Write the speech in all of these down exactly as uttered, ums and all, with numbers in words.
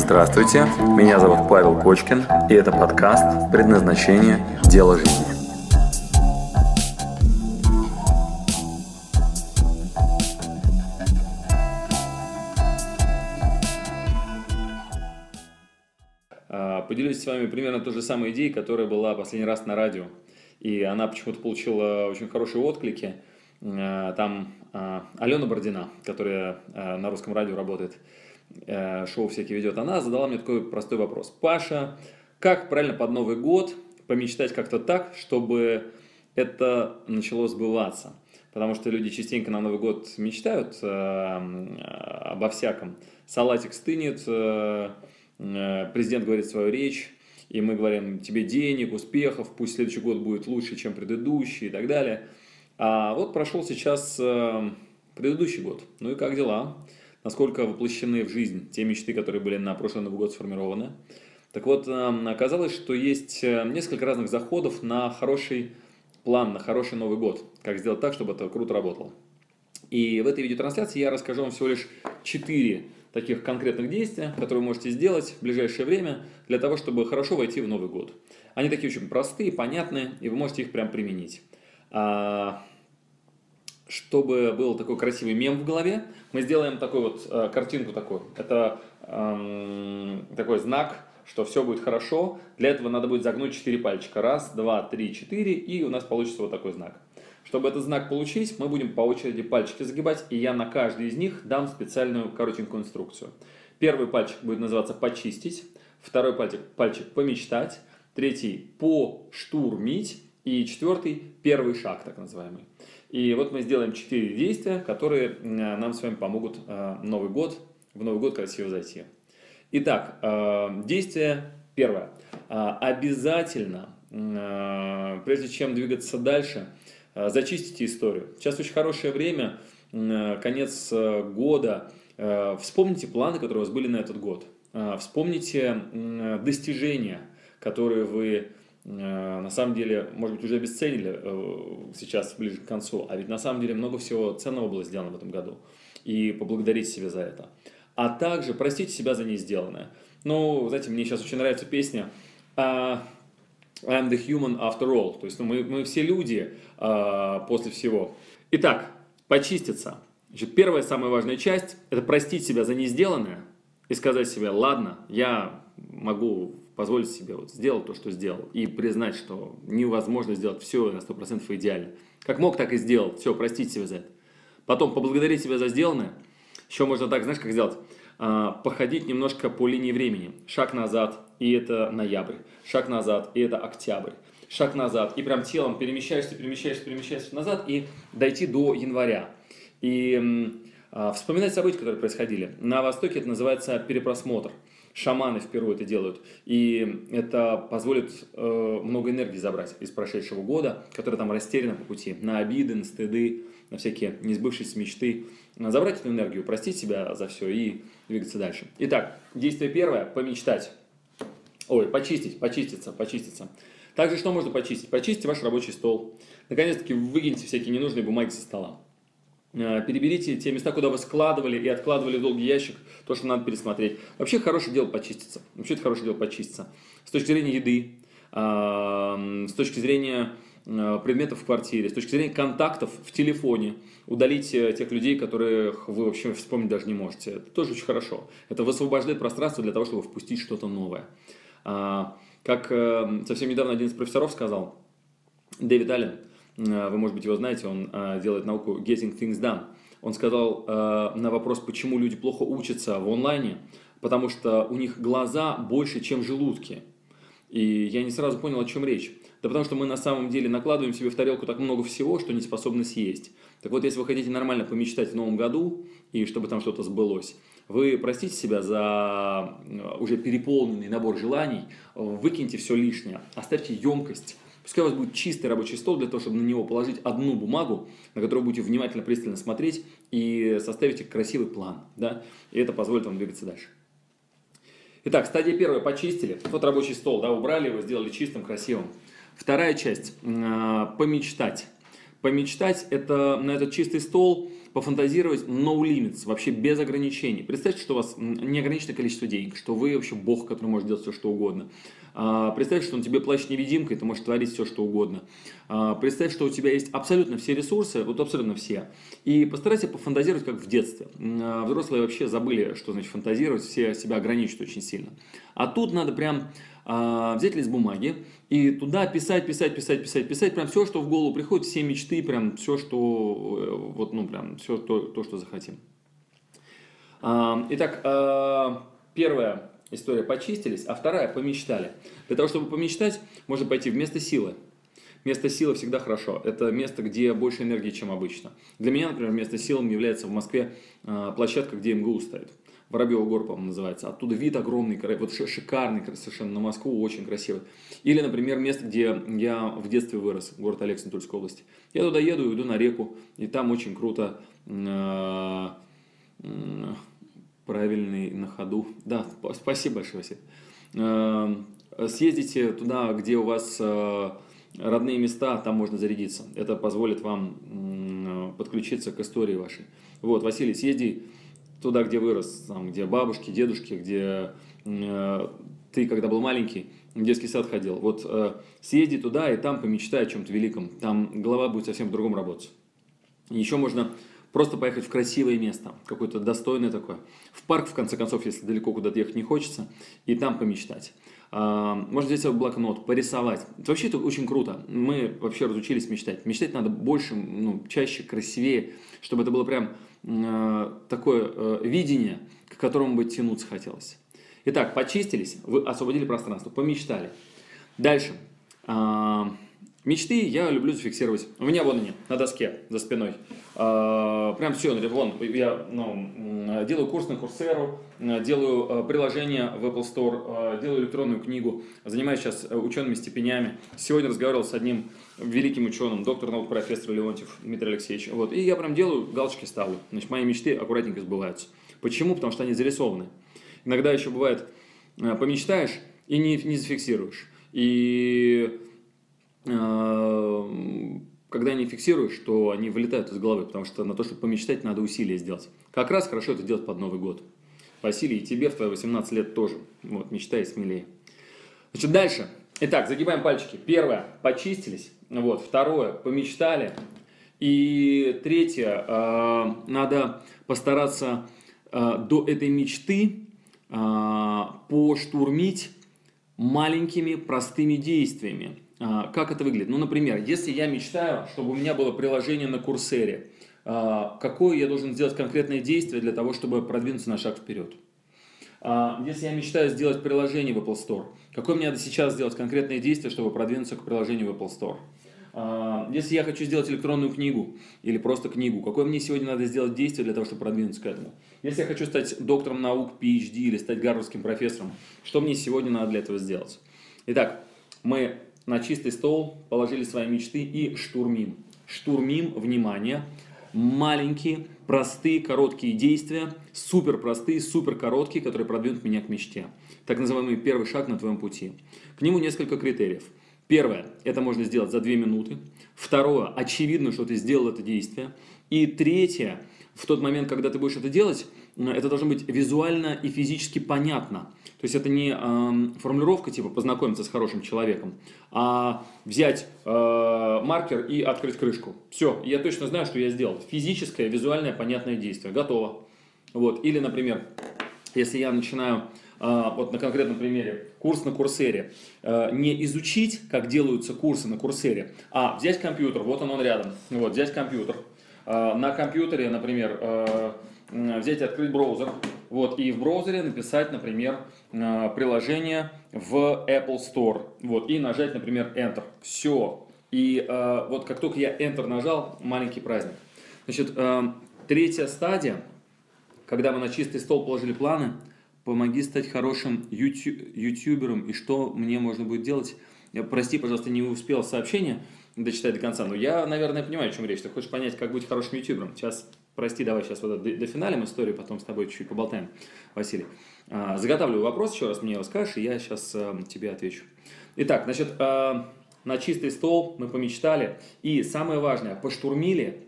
Здравствуйте, меня зовут Павел Кочкин, и это подкаст «Предназначение. Дело жизни». Поделюсь с вами примерно той же самой идеей, которая была последний раз на радио. И она почему-то получила очень хорошие отклики. Там Алена Бородина, которая на русском радио работает, шоу всякие ведет, она задала мне такой простой вопрос. Паша, как правильно под Новый год помечтать как-то так, чтобы это начало сбываться? Потому что люди частенько на Новый год мечтают обо всяком. Салатик стынет, президент говорит свою речь, и мы говорим тебе денег, успехов, пусть следующий год будет лучше, чем предыдущий и так далее. А вот прошел сейчас предыдущий год. Ну и как дела? Насколько воплощены в жизнь те мечты, которые были на прошлый Новый год сформированы? Так вот, оказалось, что есть несколько разных заходов на хороший план, на хороший Новый год. Как сделать так, чтобы это круто работало. И в этой видеотрансляции я расскажу вам всего лишь четыре таких конкретных действия, которые вы можете сделать в ближайшее время для того, чтобы хорошо войти в Новый год. Они такие очень простые, понятные, и вы можете их прям применить. А, чтобы был такой красивый мем в голове, мы сделаем такую вот а, картинку такую. Это а, такой знак, что все будет хорошо. Для этого надо будет загнуть четыре пальчика. Раз, два, три, четыре, и у нас получится вот такой знак. Чтобы этот знак получить, мы будем по очереди пальчики загибать, и я на каждый из них дам специальную коротенькую инструкцию. Первый пальчик будет называться «почистить», второй пальчик, пальчик «помечтать», третий «поштурмить» и четвертый «первый шаг», так называемый. И вот мы сделаем четыре действия, которые нам с вами помогут Новый год, в Новый год красиво зайти. Итак, действие первое. Обязательно, прежде чем двигаться дальше, зачистите историю. Сейчас очень хорошее время, конец года. Вспомните планы, которые у вас были на этот год. Вспомните достижения, которые вы на самом деле, может быть, уже обесценили сейчас ближе к концу. А ведь на самом деле много всего ценного было сделано в этом году. И поблагодарите себя за это. А также простите себя за несделанное. Ну, знаете, мне сейчас очень нравится песня I'm the human after all. То есть ну, мы, мы все люди э, после всего. Итак, почиститься. Значит, первая, самая важная часть – это простить себя за несделанное и сказать себе, ладно, я могу позволить себе вот сделать то, что сделал, и признать, что невозможно сделать все на сто процентов идеально. Как мог, так и сделал. Все, простить себя за это. Потом поблагодарить себя за сделанное. Еще можно так, знаешь, как сделать? Походить немножко по линии времени. Шаг назад, и это ноябрь. Шаг назад, и это октябрь. Шаг назад, и прям телом перемещаешься, перемещаешься, перемещаешься назад, и дойти до января. И э, вспоминать события, которые происходили. На Востоке это называется перепросмотр. Шаманы в Перу это делают. И это позволит э, много энергии забрать из прошедшего года, которая там растеряна по пути. На обиды, на стыды, на всякие несбывшиеся мечты. Забрать эту энергию, простить себя за все и двигаться дальше. Итак, действие первое – помечтать. Ой, почистить, почиститься, почиститься. Также что можно почистить? Почистите ваш рабочий стол. Наконец-таки выкиньте всякие ненужные бумаги со стола. Переберите те места, куда вы складывали и откладывали в долгий ящик то, что надо пересмотреть. Вообще хорошее дело почиститься. Вообще это хорошее дело почиститься. С точки зрения еды, с точки зрения предметов в квартире, с точки зрения контактов в телефоне. Удалить тех людей, которых вы вообще вспомнить даже не можете. Это тоже очень хорошо. Это высвобождает пространство для того, чтобы впустить что-то новое. Как совсем недавно один из профессоров сказал, Дэвид Аллен, вы, может быть, его знаете, он делает науку Getting Things Done. Он сказал на вопрос, почему люди плохо учатся в онлайне, потому что у них глаза больше, чем желудки. И я не сразу понял, о чем речь. Да потому что мы на самом деле накладываем себе в тарелку так много всего, что не способны съесть. Так вот, если вы хотите нормально помечтать в новом году, и чтобы там что-то сбылось, вы простите себя за уже переполненный набор желаний, выкиньте все лишнее, оставьте емкость. Пускай у вас будет чистый рабочий стол для того, чтобы на него положить одну бумагу, на которую будете внимательно, пристально смотреть и составите красивый план. Да? И это позволит вам двигаться дальше. Итак, стадия первая – почистили. Вот рабочий стол, да, убрали его, сделали чистым, красивым. Вторая часть – помечтать. Помечтать – это на этот чистый стол пофантазировать no limits, вообще без ограничений. Представьте, что у вас неограниченное количество денег, что вы вообще бог, который может делать все, что угодно. Представь, что он тебе плащ-невидимка, и ты можешь творить все, что угодно. Представь, что у тебя есть абсолютно все ресурсы, вот абсолютно все. И постарайся пофантазировать, как в детстве. Взрослые вообще забыли, что значит фантазировать, все себя ограничивают очень сильно. А тут надо прям взять лист бумаги и туда писать, писать, писать, писать, писать, прям все, что в голову приходит, все мечты, прям все, что, вот, ну, прям все то, то, что захотим. Итак, первое. История почистились, а вторая помечтали. Для того, чтобы помечтать, можно пойти в место силы. Место силы всегда хорошо. Это место, где больше энергии, чем обычно. Для меня, например, место силы является в Москве площадка, где эм гэ у стоит. Воробьева гора, по-моему, называется. Оттуда вид огромный, вот шикарный совершенно на Москву, очень красивый. Или, например, место, где я в детстве вырос, город Алексин Тульской области. Я туда еду, иду на реку, и там очень круто... Правильный на ходу. Да, спасибо большое, Василий. Съездите туда, где у вас родные места, там можно зарядиться. Это позволит вам подключиться к истории вашей. Вот, Василий, съезди туда, где вырос, там, где бабушки, дедушки, где ты, когда был маленький, в детский сад ходил. Вот съезди туда и там помечтай о чем-то великом. Там голова будет совсем по-другому работать. Еще можно... Просто поехать в красивое место, какое-то достойное такое. В парк, в конце концов, если далеко куда-то ехать не хочется, и там помечтать. Можно взять себе блокнот, порисовать. Вообще это очень круто. Мы вообще разучились мечтать. Мечтать надо больше, ну, чаще, красивее, чтобы это было прям э, такое э, видение, к которому бы тянуться хотелось. Итак, почистились, вы освободили пространство, помечтали. Дальше. Э, Мечты я люблю зафиксировать. У меня вон они, на доске, за спиной. А, прям все, вон, я ну, делаю курс на Курсеру, делаю приложение в Apple Store, делаю электронную книгу, занимаюсь сейчас учеными степенями. Сегодня разговаривал с одним великим ученым, доктор наук, профессор Леонтьев Дмитрий Алексеевич. Вот, и я прям делаю, галочки ставлю. Значит, мои мечты аккуратненько сбываются. Почему? Потому что они зарисованы. Иногда еще бывает, помечтаешь и не, не зафиксируешь. И... когда не фиксируешь, то они вылетают из головы, потому что на то, чтобы помечтать, надо усилия сделать. Как раз хорошо это делать под Новый год. Василий, и тебе в твои восемнадцать лет тоже. Вот, мечтай смелее. Значит, дальше. Итак, загибаем пальчики. Первое, почистились. Вот. Второе, помечтали. И третье, э, надо постараться э, до этой мечты э, поштурмить маленькими простыми действиями. Как это выглядит? Ну, например, если я мечтаю, чтобы у меня было приложение на Курсере, какое я должен сделать конкретное действие для того, чтобы продвинуться на шаг вперед? Если я мечтаю сделать приложение в Apple Store, какое мне надо сейчас сделать конкретное действие, чтобы продвинуться к приложению в Apple Store? Если я хочу сделать электронную книгу или просто книгу, какое мне сегодня надо сделать действие для того, чтобы продвинуться к этому? Если я хочу стать доктором наук, пи эйч ди или стать гарвардским профессором, что мне сегодня надо для этого сделать? Итак, мы... на чистый стол положили свои мечты и штурмим. Штурмим, внимание, маленькие, простые, короткие действия, супер простые, супер короткие, которые продвинут меня к мечте. Так называемый первый шаг на твоем пути. К нему несколько критериев. Первое, это можно сделать за две минуты. Второе, очевидно, что ты сделал это действие. И третье, в тот момент, когда ты будешь это делать, это должно быть визуально и физически понятно. То есть это не э, формулировка типа познакомиться с хорошим человеком, а взять э, маркер и открыть крышку. Все, я точно знаю, что я сделал. Физическое, визуальное, понятное действие. Готово. Вот. Или, например, если я начинаю, э, вот на конкретном примере, курс на Курсере, э, не изучить, как делаются курсы на Курсере, а взять компьютер, вот он, он рядом, вот, взять компьютер. Э, на компьютере, например, э, взять и открыть браузер, вот, и в браузере написать, например, приложение в Apple Store, вот, и нажать, например, Enter. Все. И э, вот как только я Enter нажал, маленький праздник. Значит, э, третья стадия, когда мы на чистый стол положили планы, помоги стать хорошим ютю- ютубером, и что мне можно будет делать? Я, прости, пожалуйста, не успел сообщение дочитать до конца, но я, наверное, понимаю, о чем речь. Ты хочешь понять, как быть хорошим ютубером? Сейчас, прости, давай сейчас вот дофиналим историю, потом с тобой чуть-чуть поболтаем, Василий. А, заготавливаю вопрос, еще раз мне его скажешь, и я сейчас а, тебе отвечу. Итак, значит, а, на чистый стол мы помечтали, и самое важное, поштурмили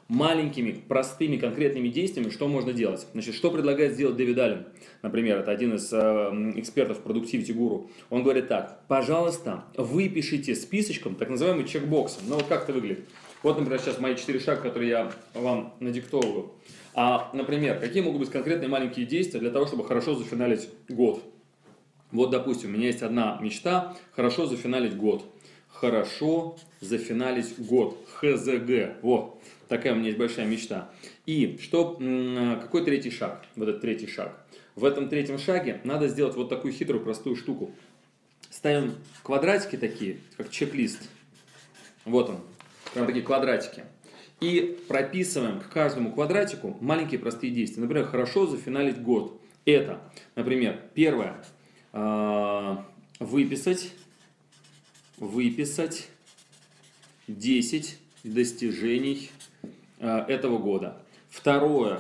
Маленькими, простыми, конкретными действиями что можно делать? Значит, что предлагает сделать Дэвид Аллен? Например, это один из э, экспертов Productivity Guru. Он говорит так: пожалуйста, выпишите списочком так называемый чекбокс. Ну вот как это выглядит? Вот, например, сейчас мои четыре шага, которые я вам надиктовываю. А, например, какие могут быть конкретные маленькие действия для того, чтобы хорошо зафиналить год? Вот, допустим, у меня есть одна мечта: хорошо зафиналить год. Хорошо зафиналить год. ха зэ гэ. Вот. Такая у меня есть большая мечта. И что, какой третий шаг? Вот этот третий шаг. В этом третьем шаге надо сделать вот такую хитрую, простую штуку. Ставим квадратики такие, как чек-лист. Вот он. Прям такие квадратики. И прописываем к каждому квадратику маленькие простые действия. Например, хорошо зафиналить год. Это, например, первое. Выписать. Выписать десять достижений этого года. Второе.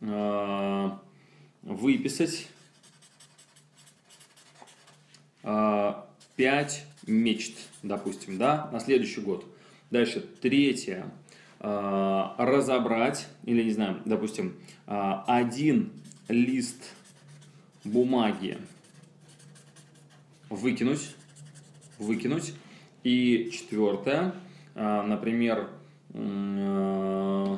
Выписать пять мечт, допустим, да, на следующий год. Дальше. Третье. Разобрать, или, не знаю, допустим, один лист бумаги выкинуть. Выкинуть. И четвертое. Например, ну,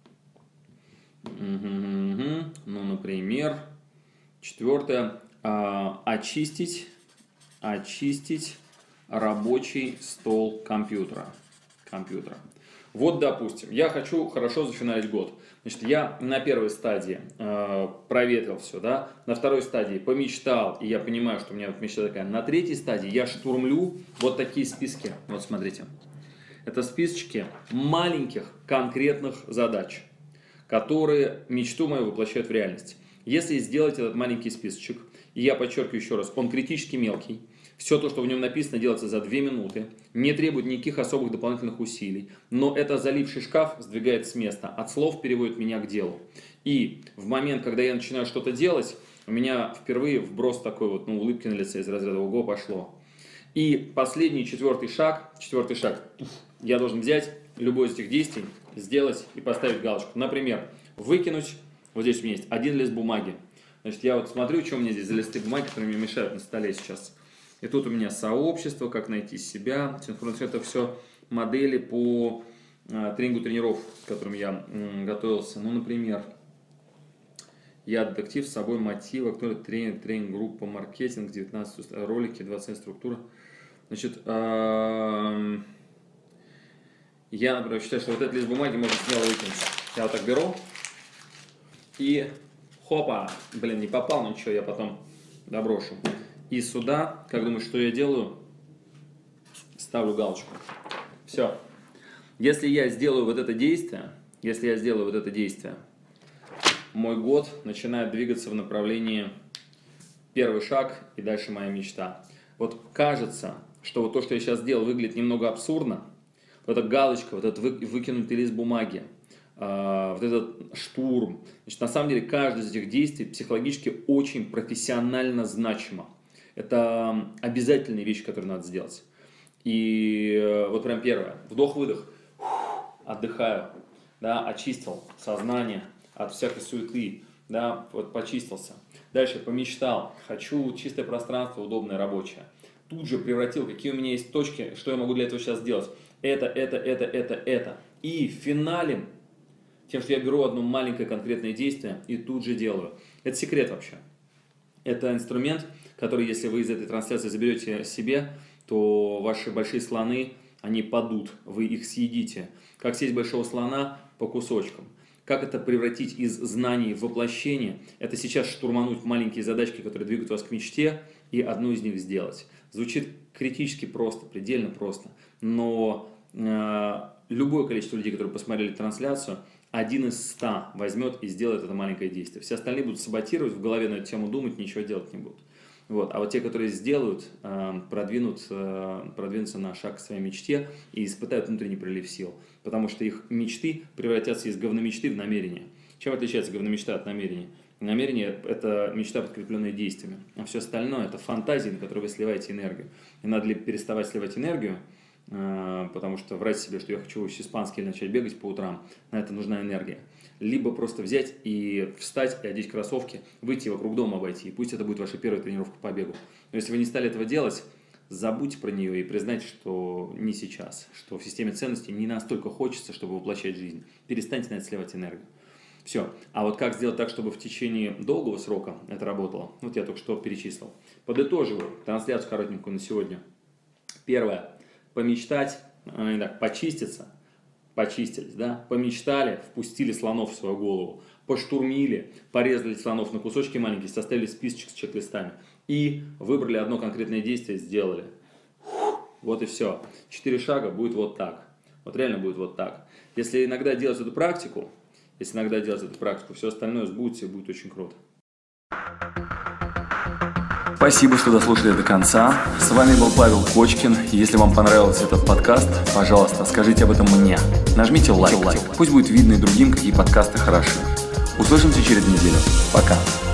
например, четвертое, очистить, очистить рабочий стол компьютера. компьютера. Вот, допустим, я хочу хорошо зафиналить год. Значит, я на первой стадии э, проветрил все, да, на второй стадии помечтал, и я понимаю, что у меня вот мечта такая. На третьей стадии я штурмлю вот такие списки. Вот смотрите. Это списочки маленьких конкретных задач, которые мечту мою воплощают в реальность. Если сделать этот маленький списочек, и я подчеркиваю еще раз, он критически мелкий, все то, что в нем написано, делается за две минуты, не требует никаких особых дополнительных усилий, но это заливший шкаф сдвигает с места, от слов переводит меня к делу. И в момент, когда я начинаю что-то делать, у меня впервые вброс такой вот, ну, улыбки на лице из разряда «Ого, пошло». И последний, четвертый шаг, четвертый шаг, я должен взять любое из этих действий, сделать и поставить галочку. Например, выкинуть, вот здесь у меня есть один лист бумаги. Значит, я вот смотрю, что у меня здесь за листы бумаги, которые мне мешают на столе сейчас. И тут у меня сообщество, как найти себя, это все модели по э, тренингу тренеров, к которым я э, готовился. Ну, например, я детектив, с собой мотив, актер, тренер, тренинг-группа, маркетинг, девятнадцать ролики, двадцать структура. Значит, э, я, например, считаю, что вот этот лист бумаги можно смело выкинуть. Я вот так беру и хопа, блин, не попал, ничего, я потом доброшу. И сюда, как думаешь, что я делаю? Ставлю галочку. Все. Если я сделаю вот это действие, если я сделаю вот это действие, мой год начинает двигаться в направлении первый шаг и дальше моя мечта. Вот кажется, что вот то, что я сейчас сделал, выглядит немного абсурдно. Вот эта галочка, вот этот выкинутый лист бумаги, вот этот штурм. Значит, на самом деле, каждое из этих действий психологически очень профессионально значимо. Это обязательные вещи, которые надо сделать. И вот прям первое. Вдох-выдох. Отдыхаю. Да, очистил сознание от всякой суеты. Да, вот почистился. Дальше помечтал. Хочу чистое пространство, удобное, рабочее. Тут же превратил, какие у меня есть точки, что я могу для этого сейчас сделать. Это, это, это, это, это. И финалем тем, что я беру одно маленькое конкретное действие и тут же делаю. Это секрет вообще. Это инструмент, который, если вы из этой трансляции заберете себе, то ваши большие слоны, они падут, вы их съедите. Как съесть большого слона по кусочкам. Как это превратить из знаний в воплощение? Это сейчас штурмануть маленькие задачки, которые двигают вас к мечте, и одну из них сделать. Звучит критически просто, предельно просто. Но э, любое количество людей, которые посмотрели трансляцию, один из ста возьмет и сделает это маленькое действие. Все остальные будут саботировать, в голове на эту тему думать, ничего делать не будут. Вот. А вот те, которые сделают, продвинут, продвинутся на шаг к своей мечте и испытают внутренний прилив сил. Потому что их мечты превратятся из говномечты в намерение. Чем отличается говномечта от намерения? Намерение – это мечта, подкрепленная действиями. А все остальное – это фантазии, на которые вы сливаете энергию. И надо ли переставать сливать энергию, потому что врать себе, что я хочу учить испанский или начать бегать по утрам, на это нужна энергия. Либо просто взять и встать, и одеть кроссовки, выйти вокруг дома обойти, и пусть это будет ваша первая тренировка по бегу. Но если вы не стали этого делать, забудьте про нее и признайте, что не сейчас, что в системе ценностей не настолько хочется, чтобы воплощать жизнь. Перестаньте на это сливать энергию. Все. А вот как сделать так, чтобы в течение долгого срока это работало? Вот я только что перечислил. Подытоживаю трансляцию коротенькую на сегодня. Первое. Помечтать, не так, почиститься. Почистились, да? Помечтали, впустили слонов в свою голову. Поштурмили, порезали слонов на кусочки маленькие, составили списочек с чек-листами. И выбрали одно конкретное действие, сделали. Вот и все. Четыре шага будет вот так. Вот реально будет вот так. Если иногда делать эту практику, если иногда делать эту практику, все остальное сбудется и будет очень круто. Спасибо, что дослушали до конца. С вами был Павел Кочкин. Если вам понравился этот подкаст, пожалуйста, скажите об этом мне. Нажмите лайк. Пусть будет видно и другим, какие подкасты хороши. Услышимся через неделю. Пока.